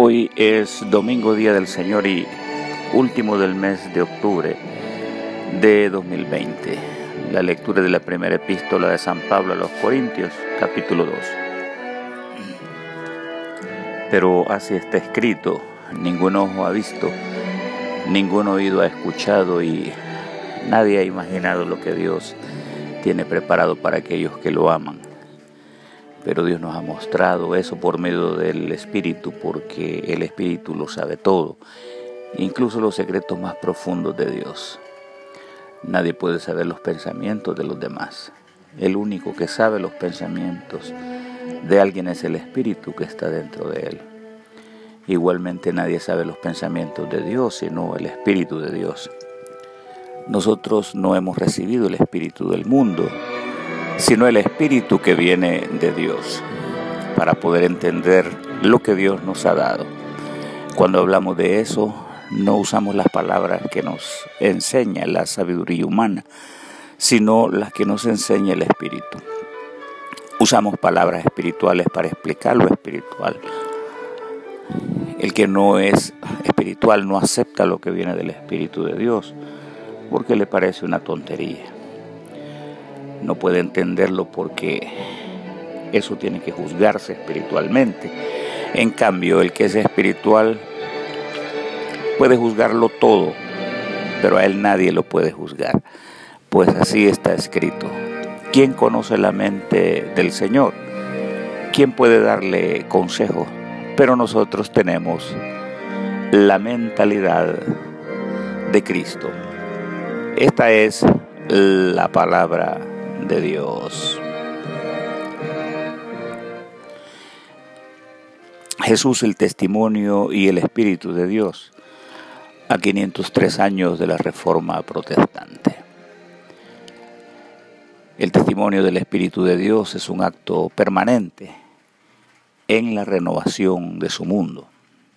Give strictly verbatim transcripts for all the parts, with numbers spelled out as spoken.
Hoy es domingo, día del Señor y último del mes de octubre de dos mil veinte. La lectura de la primera epístola de San Pablo a los Corintios, capítulo dos. Pero así está escrito: ningún ojo ha visto, ningún oído ha escuchado y nadie ha imaginado lo que Dios tiene preparado para aquellos que lo aman. Pero Dios nos ha mostrado eso por medio del Espíritu, porque el Espíritu lo sabe todo, incluso los secretos más profundos de Dios. Nadie puede saber los pensamientos de los demás. El único que sabe los pensamientos de alguien es el Espíritu que está dentro de él. Igualmente nadie sabe los pensamientos de Dios, sino el Espíritu de Dios. Nosotros no hemos recibido el Espíritu del mundo, sino el Espíritu que viene de Dios, para poder entender lo que Dios nos ha dado. Cuando hablamos de eso, no usamos las palabras que nos enseña la sabiduría humana, sino las que nos enseña el Espíritu. Usamos palabras espirituales para explicar lo espiritual. El que no es espiritual no acepta lo que viene del Espíritu de Dios, porque le parece una tontería. No puede entenderlo porque eso tiene que juzgarse espiritualmente. En cambio, el que es espiritual puede juzgarlo todo, pero a él nadie lo puede juzgar, pues así está escrito. ¿Quién conoce la mente del Señor? ¿Quién puede darle consejo? Pero nosotros tenemos la mentalidad de Cristo. Esta es la palabra de Dios. Jesús, el testimonio y el Espíritu de Dios, a quinientos tres años de la Reforma Protestante. El testimonio del Espíritu de Dios es un acto permanente en la renovación de su mundo.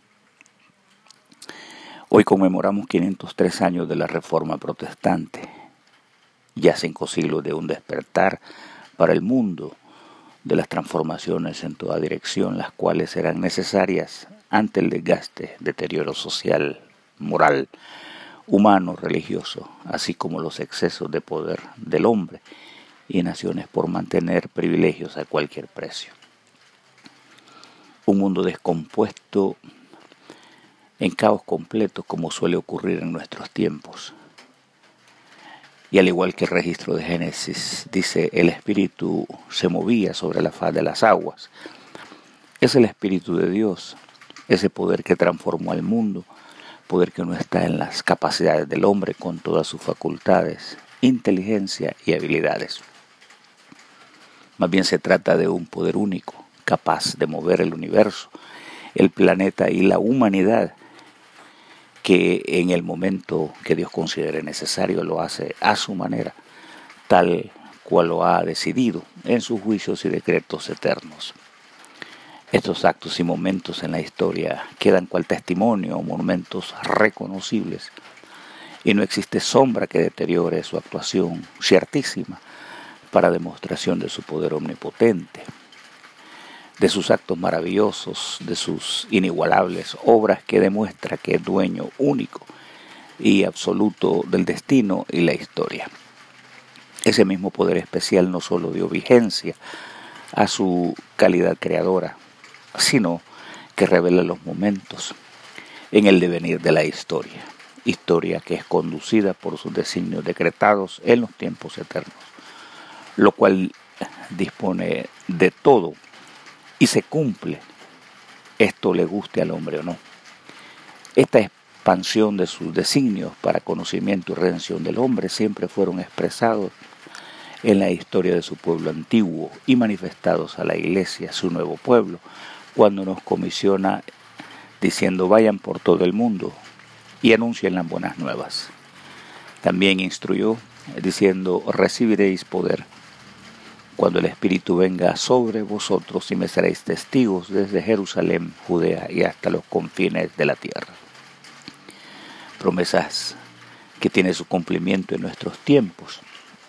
Hoy conmemoramos quinientos tres años de la Reforma Protestante. Ya cinco siglos de un despertar para el mundo, de las transformaciones en toda dirección, las cuales eran necesarias ante el desgaste, deterioro social, moral, humano, religioso, así como los excesos de poder del hombre y naciones por mantener privilegios a cualquier precio. Un mundo descompuesto en caos completo, como suele ocurrir en nuestros tiempos. Y al igual que el registro de Génesis dice, el Espíritu se movía sobre la faz de las aguas. Es el Espíritu de Dios, ese poder que transformó al mundo, poder que no está en las capacidades del hombre con todas sus facultades, inteligencia y habilidades. Más bien se trata de un poder único, capaz de mover el universo, el planeta y la humanidad, que en el momento que Dios considere necesario lo hace a su manera, tal cual lo ha decidido en sus juicios y decretos eternos. Estos actos y momentos en la historia quedan cual testimonio o monumentos reconocibles, y no existe sombra que deteriore su actuación ciertísima para demostración de su poder omnipotente, de sus actos maravillosos, de sus inigualables obras que demuestra que es dueño único y absoluto del destino y la historia. Ese mismo poder especial no solo dio vigencia a su calidad creadora, sino que revela los momentos en el devenir de la historia, historia que es conducida por sus designios decretados en los tiempos eternos, lo cual dispone de todo y se cumple, esto le guste al hombre o no. Esta expansión de sus designios para conocimiento y redención del hombre siempre fueron expresados en la historia de su pueblo antiguo y manifestados a la iglesia, su nuevo pueblo, cuando nos comisiona diciendo: vayan por todo el mundo y anuncien las buenas nuevas. También instruyó diciendo: recibiréis poder cuando el Espíritu venga sobre vosotros y me seréis testigos desde Jerusalén, Judea y hasta los confines de la tierra. Promesas que tienen su cumplimiento en nuestros tiempos,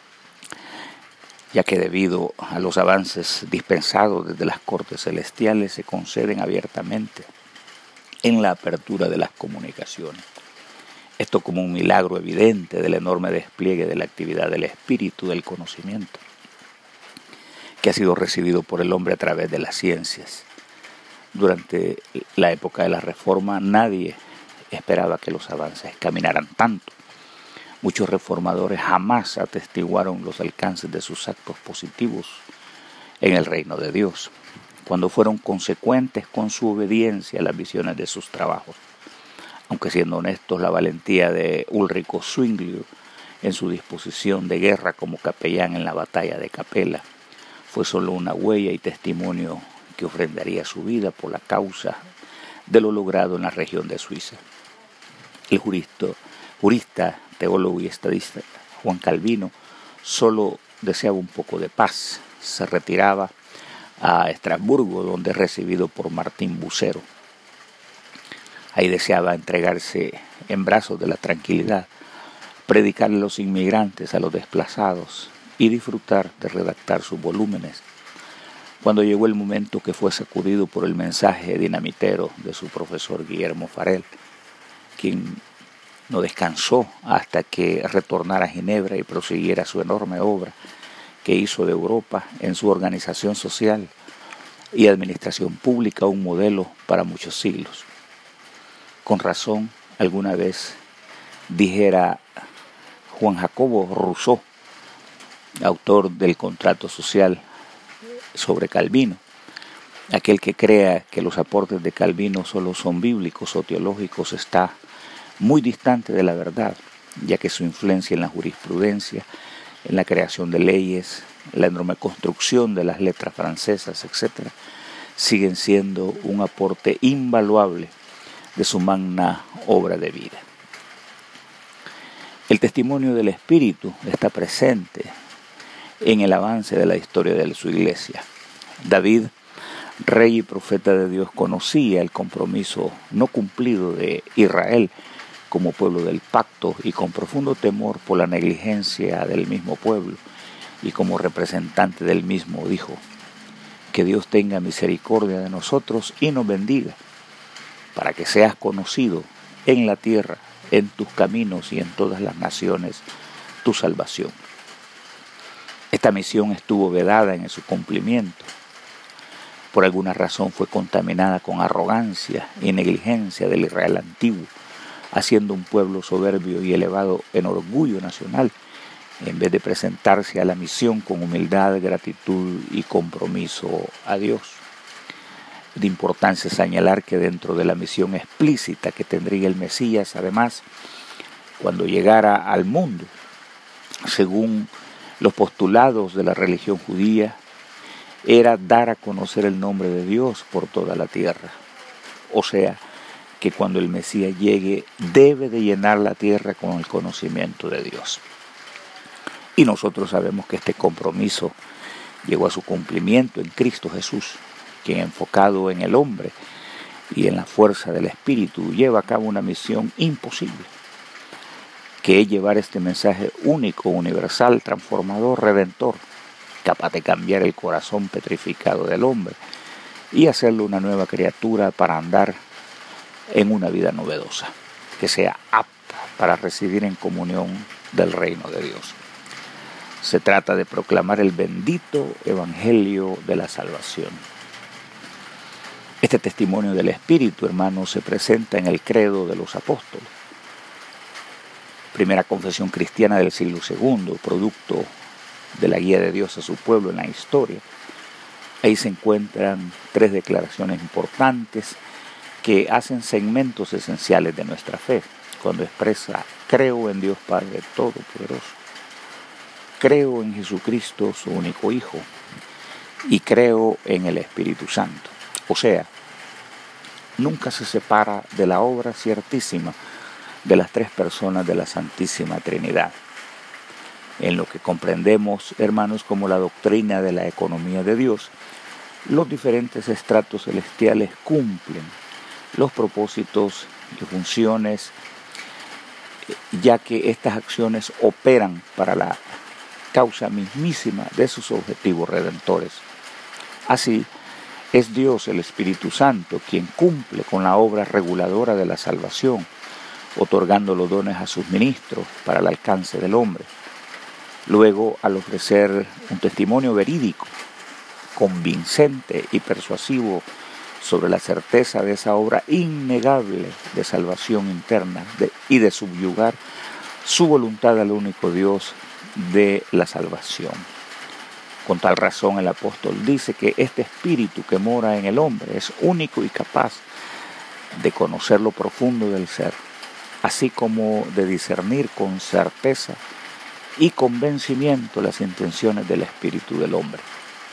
ya que debido a los avances dispensados desde las cortes celestiales se conceden abiertamente en la apertura de las comunicaciones. Esto como un milagro evidente del enorme despliegue de la actividad del espíritu del conocimiento, que ha sido recibido por el hombre a través de las ciencias. Durante la época de la Reforma nadie esperaba que los avances caminaran tanto. Muchos reformadores jamás atestiguaron los alcances de sus actos positivos en el reino de Dios, cuando fueron consecuentes con su obediencia a las visiones de sus trabajos. Aunque siendo honestos, la valentía de Ulrico Zwinglio en su disposición de guerra como capellán en la batalla de Capela fue solo una huella y testimonio que ofrendaría su vida por la causa de lo logrado en la región de Suiza. El jurista, jurista, teólogo y estadista Juan Calvino solo deseaba un poco de paz. Se retiraba a Estrasburgo, donde es recibido por Martín Bucero. Ahí deseaba entregarse en brazos de la tranquilidad, predicarle a los inmigrantes, a los desplazados y disfrutar de redactar sus volúmenes. Cuando llegó el momento que fue sacudido por el mensaje dinamitero de su profesor Guillermo Farel, quien no descansó hasta que retornara a Ginebra y prosiguiera su enorme obra que hizo de Europa en su organización social y administración pública un modelo para muchos siglos. Con razón, alguna vez dijera Juan Jacobo Rousseau, autor del Contrato Social sobre Calvino, aquel que crea que los aportes de Calvino solo son bíblicos o teológicos está muy distante de la verdad, ya que su influencia en la jurisprudencia, en la creación de leyes, la enorme construcción de las letras francesas, etcétera, siguen siendo un aporte invaluable de su magna obra de vida. El testimonio del Espíritu está presente en el avance de la historia de su iglesia. David, rey y profeta de Dios, conocía el compromiso no cumplido de Israel como pueblo del pacto y con profundo temor por la negligencia del mismo pueblo y como representante del mismo dijo: que Dios tenga misericordia de nosotros y nos bendiga, para que seas conocido en la tierra, en tus caminos y en todas las naciones, tu salvación. Esta misión estuvo vedada en su cumplimiento. Por alguna razón fue contaminada con arrogancia y negligencia del Israel antiguo, haciendo un pueblo soberbio y elevado en orgullo nacional, en vez de presentarse a la misión con humildad, gratitud y compromiso a Dios. De importancia señalar que dentro de la misión explícita que tendría el Mesías, además, cuando llegara al mundo, según los postulados de la religión judía, era dar a conocer el nombre de Dios por toda la tierra. O sea, que cuando el Mesías llegue, debe de llenar la tierra con el conocimiento de Dios. Y nosotros sabemos que este compromiso llegó a su cumplimiento en Cristo Jesús, quien enfocado en el hombre y en la fuerza del Espíritu lleva a cabo una misión imposible, que es llevar este mensaje único, universal, transformador, redentor, capaz de cambiar el corazón petrificado del hombre y hacerlo una nueva criatura para andar en una vida novedosa, que sea apta para residir en comunión del reino de Dios. Se trata de proclamar el bendito evangelio de la salvación. Este testimonio del Espíritu, hermanos, se presenta en el credo de los apóstoles, primera confesión cristiana del siglo segundo, producto de la guía de Dios a su pueblo en la historia. Ahí se encuentran tres declaraciones importantes que hacen segmentos esenciales de nuestra fe, cuando expresa: creo en Dios Padre Todopoderoso, creo en Jesucristo, su único Hijo, y creo en el Espíritu Santo. O sea, nunca se separa de la obra ciertísima de las tres personas de la Santísima Trinidad. En lo que comprendemos, hermanos, como la doctrina de la economía de Dios, los diferentes estratos celestiales cumplen los propósitos y funciones, ya que estas acciones operan para la causa mismísima de sus objetivos redentores. Así, Es Dios, el Espíritu Santo, quien cumple con la obra reguladora de la salvación, otorgando los dones a sus ministros para el alcance del hombre. Luego, al ofrecer un testimonio verídico, convincente y persuasivo sobre la certeza de esa obra innegable de salvación interna de, y de subyugar su voluntad al único Dios de la salvación. Con tal razón el apóstol dice que este espíritu que mora en el hombre es único y capaz de conocer lo profundo del ser, así como de discernir con certeza y convencimiento las intenciones del espíritu del hombre.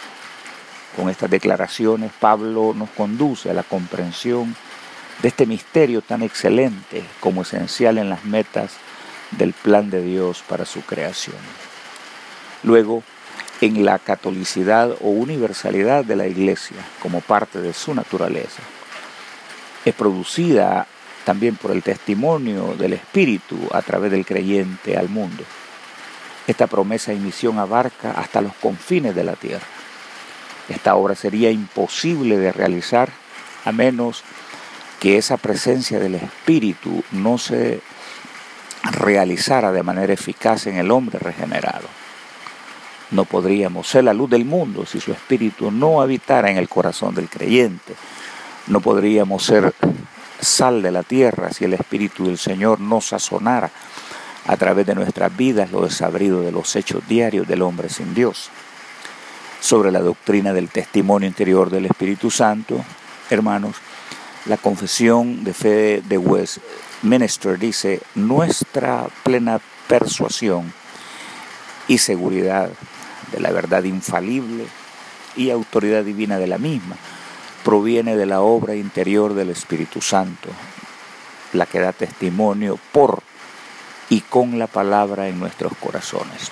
Con estas declaraciones, Pablo nos conduce a la comprensión de este misterio tan excelente como esencial en las metas del plan de Dios para su creación. Luego, en la catolicidad o universalidad de la Iglesia como parte de su naturaleza, es producida también por el testimonio del Espíritu a través del creyente al mundo. Esta promesa y misión abarca hasta los confines de la tierra. Esta obra sería imposible de realizar a menos que esa presencia del Espíritu no se realizara de manera eficaz en el hombre regenerado. No podríamos ser la luz del mundo si su Espíritu no habitara en el corazón del creyente. No podríamos ser sal de la tierra si el Espíritu del Señor no sazonara a través de nuestras vidas lo desabrido de los hechos diarios del hombre sin Dios. Sobre la doctrina del testimonio interior del Espíritu Santo, hermanos, la confesión de fe de Westminster dice: nuestra plena persuasión y seguridad de la verdad infalible y autoridad divina de la misma proviene de la obra interior del Espíritu Santo, la que da testimonio por y con la palabra en nuestros corazones.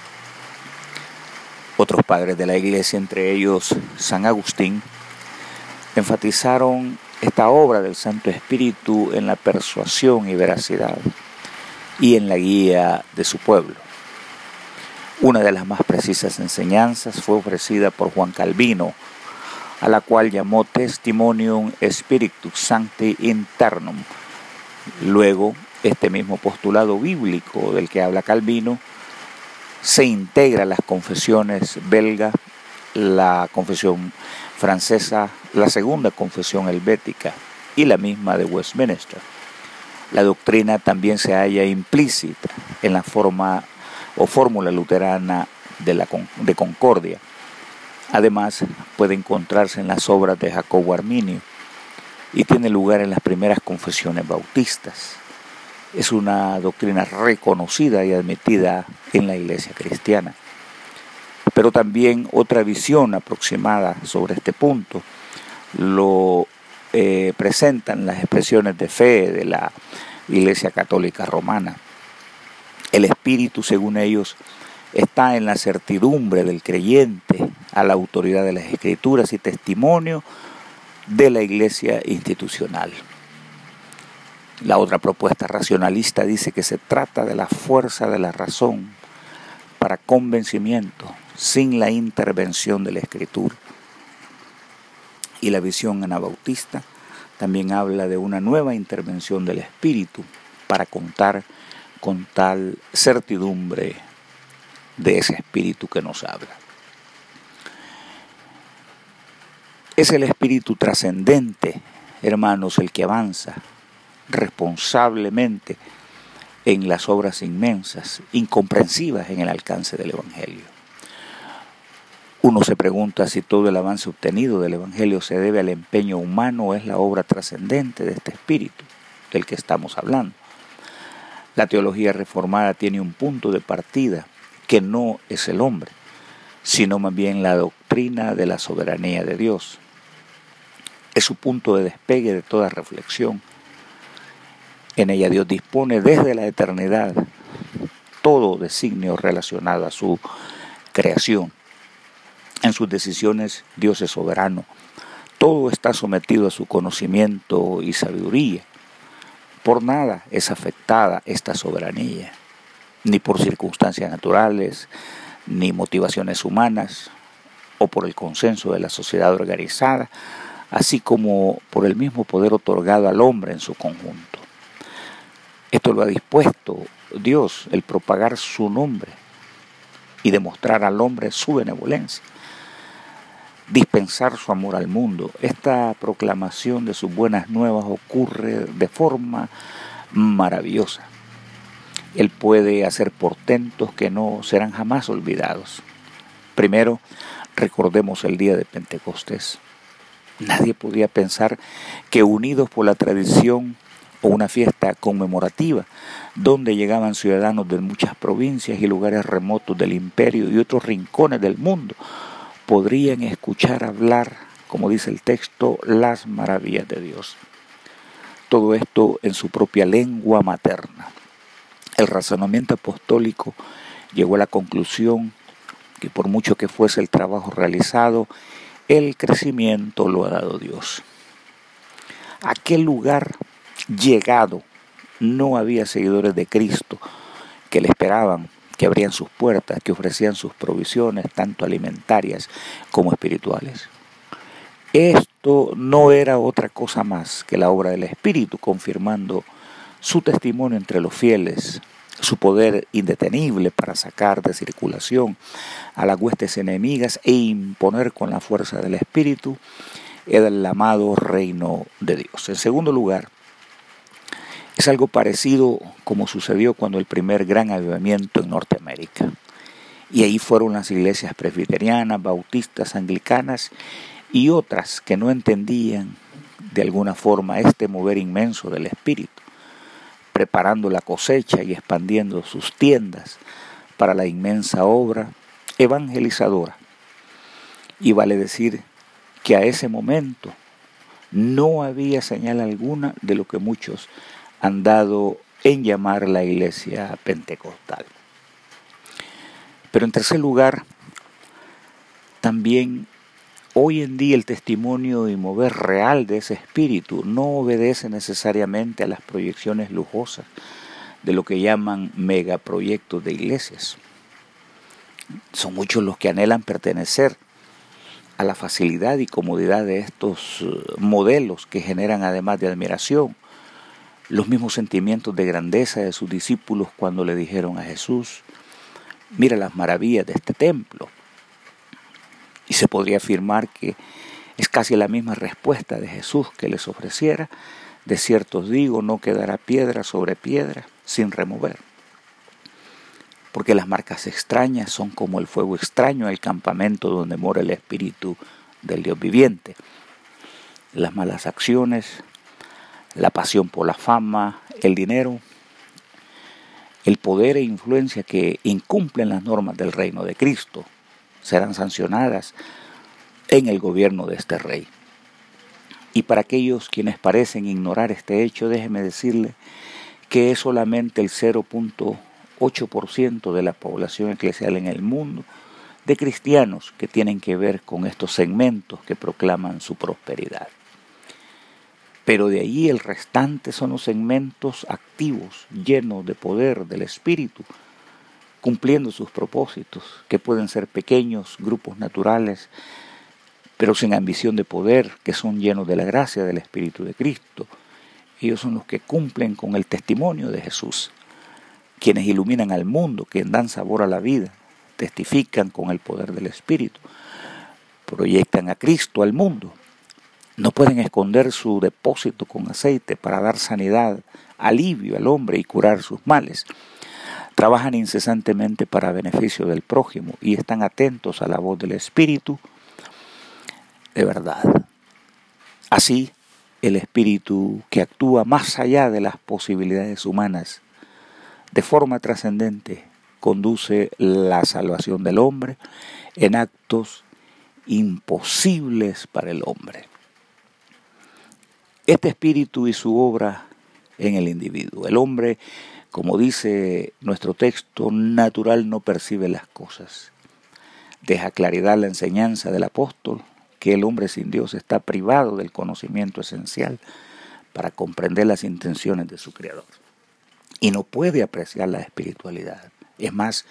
Otros padres de la Iglesia, entre ellos San Agustín, enfatizaron esta obra del Santo Espíritu en la persuasión y veracidad y en la guía de su pueblo. Una de las más precisas enseñanzas fue ofrecida por Juan Calvino, a la cual llamó Testimonium Spiritus Sancti Internum. Luego, este mismo postulado bíblico del que habla Calvino se integra a las confesiones belga, la confesión francesa, la segunda confesión helvética y la misma de Westminster. La doctrina también se halla implícita en la forma o fórmula luterana de, la, de Concordia. Además, puede encontrarse en las obras de Jacobo Arminio y tiene lugar en las primeras confesiones bautistas. Es una doctrina reconocida y admitida en la Iglesia cristiana. Pero también otra visión aproximada sobre este punto lo eh, presentan las expresiones de fe de la Iglesia Católica Romana. El Espíritu, según ellos, está en la certidumbre del creyente a la autoridad de las Escrituras y testimonio de la Iglesia institucional. La otra propuesta racionalista dice que se trata de la fuerza de la razón para convencimiento sin la intervención de la Escritura. Y la visión anabautista también habla de una nueva intervención del Espíritu para contar con tal certidumbre de ese Espíritu que nos habla. Es el Espíritu trascendente, hermanos, el que avanza responsablemente en las obras inmensas, incomprensivas en el alcance del Evangelio. Uno se pregunta si todo el avance obtenido del Evangelio se debe al empeño humano o es la obra trascendente de este Espíritu del que estamos hablando. La teología reformada tiene un punto de partida que no es el hombre, sino más bien la doctrina de la soberanía de Dios. Es su punto de despegue de toda reflexión. En ella Dios dispone desde la eternidad todo designio relacionado a su creación. En sus decisiones Dios es soberano. Todo está sometido a su conocimiento y sabiduría. Por nada es afectada esta soberanía, ni por circunstancias naturales, ni motivaciones humanas, o por el consenso de la sociedad organizada, así como por el mismo poder otorgado al hombre en su conjunto. Esto lo ha dispuesto Dios, el propagar su nombre y demostrar al hombre su benevolencia, dispensar su amor al mundo. Esta proclamación de sus buenas nuevas ocurre de forma maravillosa. Él puede hacer portentos que no serán jamás olvidados. Primero, recordemos el día de Pentecostés. Nadie podía pensar que unidos por la tradición o una fiesta conmemorativa, donde llegaban ciudadanos de muchas provincias y lugares remotos del imperio y otros rincones del mundo, podrían escuchar hablar, como dice el texto, las maravillas de Dios. Todo esto en su propia lengua materna. El razonamiento apostólico llegó a la conclusión que por mucho que fuese el trabajo realizado, el crecimiento lo ha dado Dios. Aquel lugar llegado no había seguidores de Cristo que le esperaban, que abrían sus puertas, que ofrecían sus provisiones, tanto alimentarias como espirituales. Esto no era otra cosa más que la obra del Espíritu, confirmando su testimonio entre los fieles, su poder indetenible para sacar de circulación a las huestes enemigas e imponer con la fuerza del Espíritu el amado reino de Dios. En segundo lugar, es algo parecido como sucedió cuando el primer gran avivamiento en Norteamérica. Y ahí fueron las iglesias presbiterianas, bautistas, anglicanas y otras que no entendían de alguna forma este mover inmenso del Espíritu, preparando la cosecha y expandiendo sus tiendas para la inmensa obra evangelizadora. Y vale decir que a ese momento no había señal alguna de lo que muchos han dado en llamar la iglesia pentecostal. Pero en tercer lugar, también hoy en día el testimonio y mover real de ese espíritu no obedece necesariamente a las proyecciones lujosas de lo que llaman megaproyectos de iglesias. Son muchos los que anhelan pertenecer a la facilidad y comodidad de estos modelos que generan, además de admiración, los mismos sentimientos de grandeza de sus discípulos cuando le dijeron a Jesús: mira las maravillas de este templo. Y se podría afirmar que es casi la misma respuesta de Jesús que les ofreciera: de cierto os digo, no quedará piedra sobre piedra sin remover. Porque las marcas extrañas son como el fuego extraño al campamento donde mora el Espíritu del Dios viviente. Las malas acciones, la pasión por la fama, el dinero, el poder e influencia que incumplen las normas del reino de Cristo serán sancionadas en el gobierno de este rey. Y para aquellos quienes parecen ignorar este hecho, déjeme decirle que es solamente el cero punto ocho por ciento de la población eclesial en el mundo de cristianos que tienen que ver con estos segmentos que proclaman su prosperidad. Pero de ahí el restante son los segmentos activos, llenos de poder del Espíritu, cumpliendo sus propósitos, que pueden ser pequeños grupos naturales, pero sin ambición de poder, que son llenos de la gracia del Espíritu de Cristo. Ellos son los que cumplen con el testimonio de Jesús, quienes iluminan al mundo, quienes dan sabor a la vida, testifican con el poder del Espíritu, proyectan a Cristo al mundo. No pueden esconder su depósito con aceite para dar sanidad, alivio al hombre y curar sus males. Trabajan incesantemente para beneficio del prójimo y están atentos a la voz del Espíritu de verdad. Así, el Espíritu que actúa más allá de las posibilidades humanas, de forma trascendente, conduce la salvación del hombre en actos imposibles para el hombre. Este espíritu y su obra en el individuo. El hombre, como dice nuestro texto, natural no percibe las cosas. Deja claridad la enseñanza del apóstol que el hombre sin Dios está privado del conocimiento esencial para comprender las intenciones de su Creador. Y no puede apreciar la espiritualidad. Es más,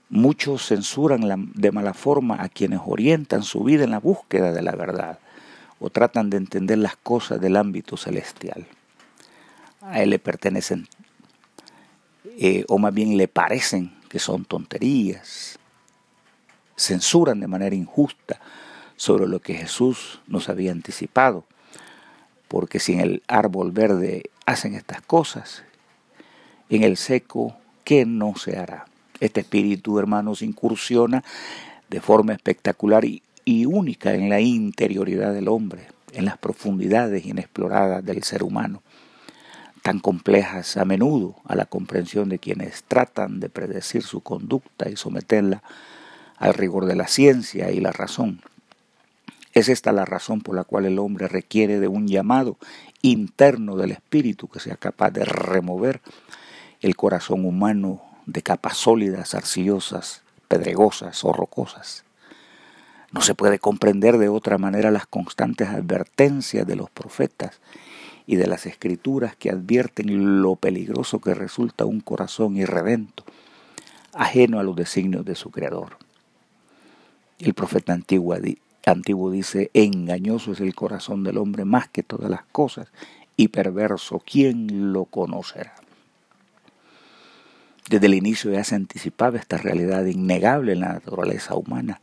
muchos censuran la, de mala forma a quienes orientan su vida en la búsqueda de la verdad, o tratan de entender las cosas del ámbito celestial. A él le pertenecen, eh, o más bien le parecen que son tonterías. Censuran de manera injusta sobre lo que Jesús nos había anticipado, porque si en el árbol verde hacen estas cosas, en el seco, ¿qué no se hará? Este espíritu, hermanos, incursiona de forma espectacular y, y única en la interioridad del hombre, en las profundidades inexploradas del ser humano, tan complejas a menudo a la comprensión de quienes tratan de predecir su conducta y someterla al rigor de la ciencia y la razón. Es esta la razón por la cual el hombre requiere de un llamado interno del espíritu que sea capaz de remover el corazón humano de capas sólidas, arcillosas, pedregosas o rocosas. No se puede comprender de otra manera las constantes advertencias de los profetas y de las escrituras que advierten lo peligroso que resulta un corazón irredento, ajeno a los designios de su Creador. El profeta antiguo, antiguo dice: engañoso es el corazón del hombre más que todas las cosas, y perverso, ¿quién lo conocerá? Desde el inicio ya se anticipaba esta realidad innegable en la naturaleza humana,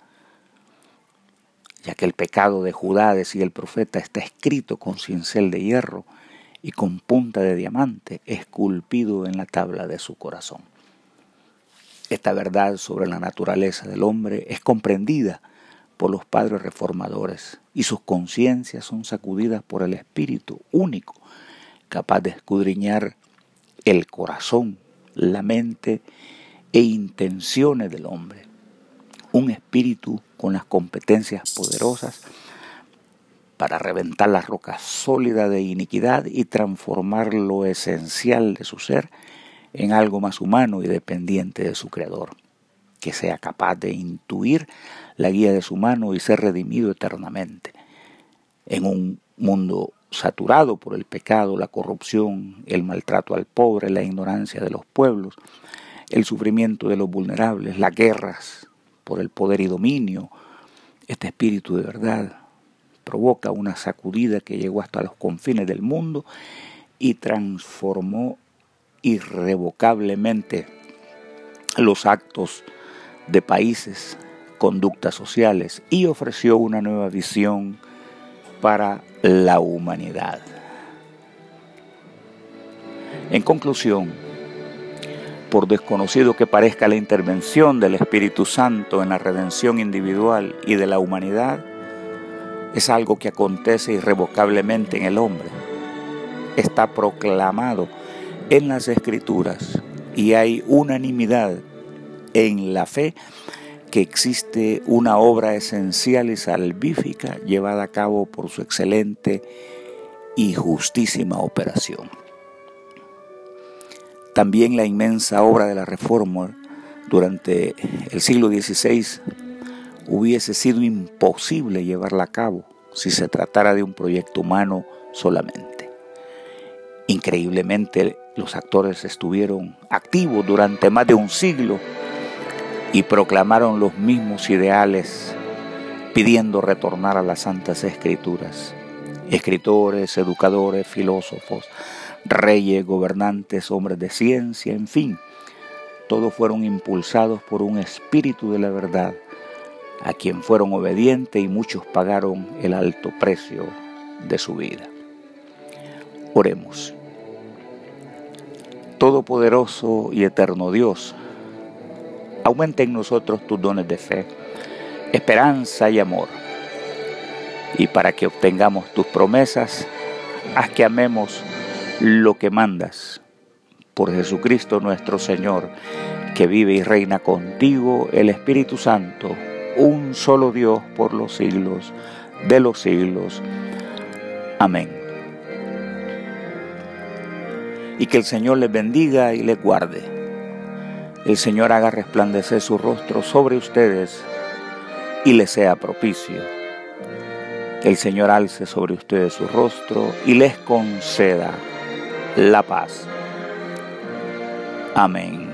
ya que el pecado de Judá, decía el profeta, está escrito con cincel de hierro y con punta de diamante, esculpido en la tabla de su corazón. Esta verdad sobre la naturaleza del hombre es comprendida por los padres reformadores y sus conciencias son sacudidas por el Espíritu único, capaz de escudriñar el corazón, la mente e intenciones del hombre. Un espíritu con las competencias poderosas para reventar las rocas sólidas de iniquidad y transformar lo esencial de su ser en algo más humano y dependiente de su Creador, que sea capaz de intuir la guía de su mano y ser redimido eternamente. En un mundo saturado por el pecado, la corrupción, el maltrato al pobre, la ignorancia de los pueblos, el sufrimiento de los vulnerables, las guerras por el poder y dominio, este espíritu de verdad provoca una sacudida que llegó hasta los confines del mundo y transformó irrevocablemente los actos de países, conductas sociales, y ofreció una nueva visión para la humanidad. En conclusión, por desconocido que parezca la intervención del Espíritu Santo en la redención individual y de la humanidad, es algo que acontece irrevocablemente en el hombre. Está proclamado en las Escrituras y hay unanimidad en la fe que existe una obra esencial y salvífica llevada a cabo por su excelente y justísima operación. También la inmensa obra de la Reforma durante el siglo dieciséis hubiese sido imposible llevarla a cabo si se tratara de un proyecto humano solamente. Increíblemente, los actores estuvieron activos durante más de un siglo y proclamaron los mismos ideales, pidiendo retornar a las Santas Escrituras. Escritores, educadores, filósofos, reyes, gobernantes, hombres de ciencia, en fin, todos fueron impulsados por un espíritu de la verdad, a quien fueron obedientes y muchos pagaron el alto precio de su vida. Oremos. Todopoderoso y eterno Dios, aumenta en nosotros tus dones de fe, esperanza y amor. Y para que obtengamos tus promesas, haz que amemos lo que mandas. Por Jesucristo nuestro Señor, que vive y reina contigo, el Espíritu Santo, un solo Dios por los siglos de los siglos. Amén. Y que el Señor les bendiga y les guarde. El Señor haga resplandecer su rostro sobre ustedes y les sea propicio. El Señor alce sobre ustedes su rostro y les conceda la paz. Amén.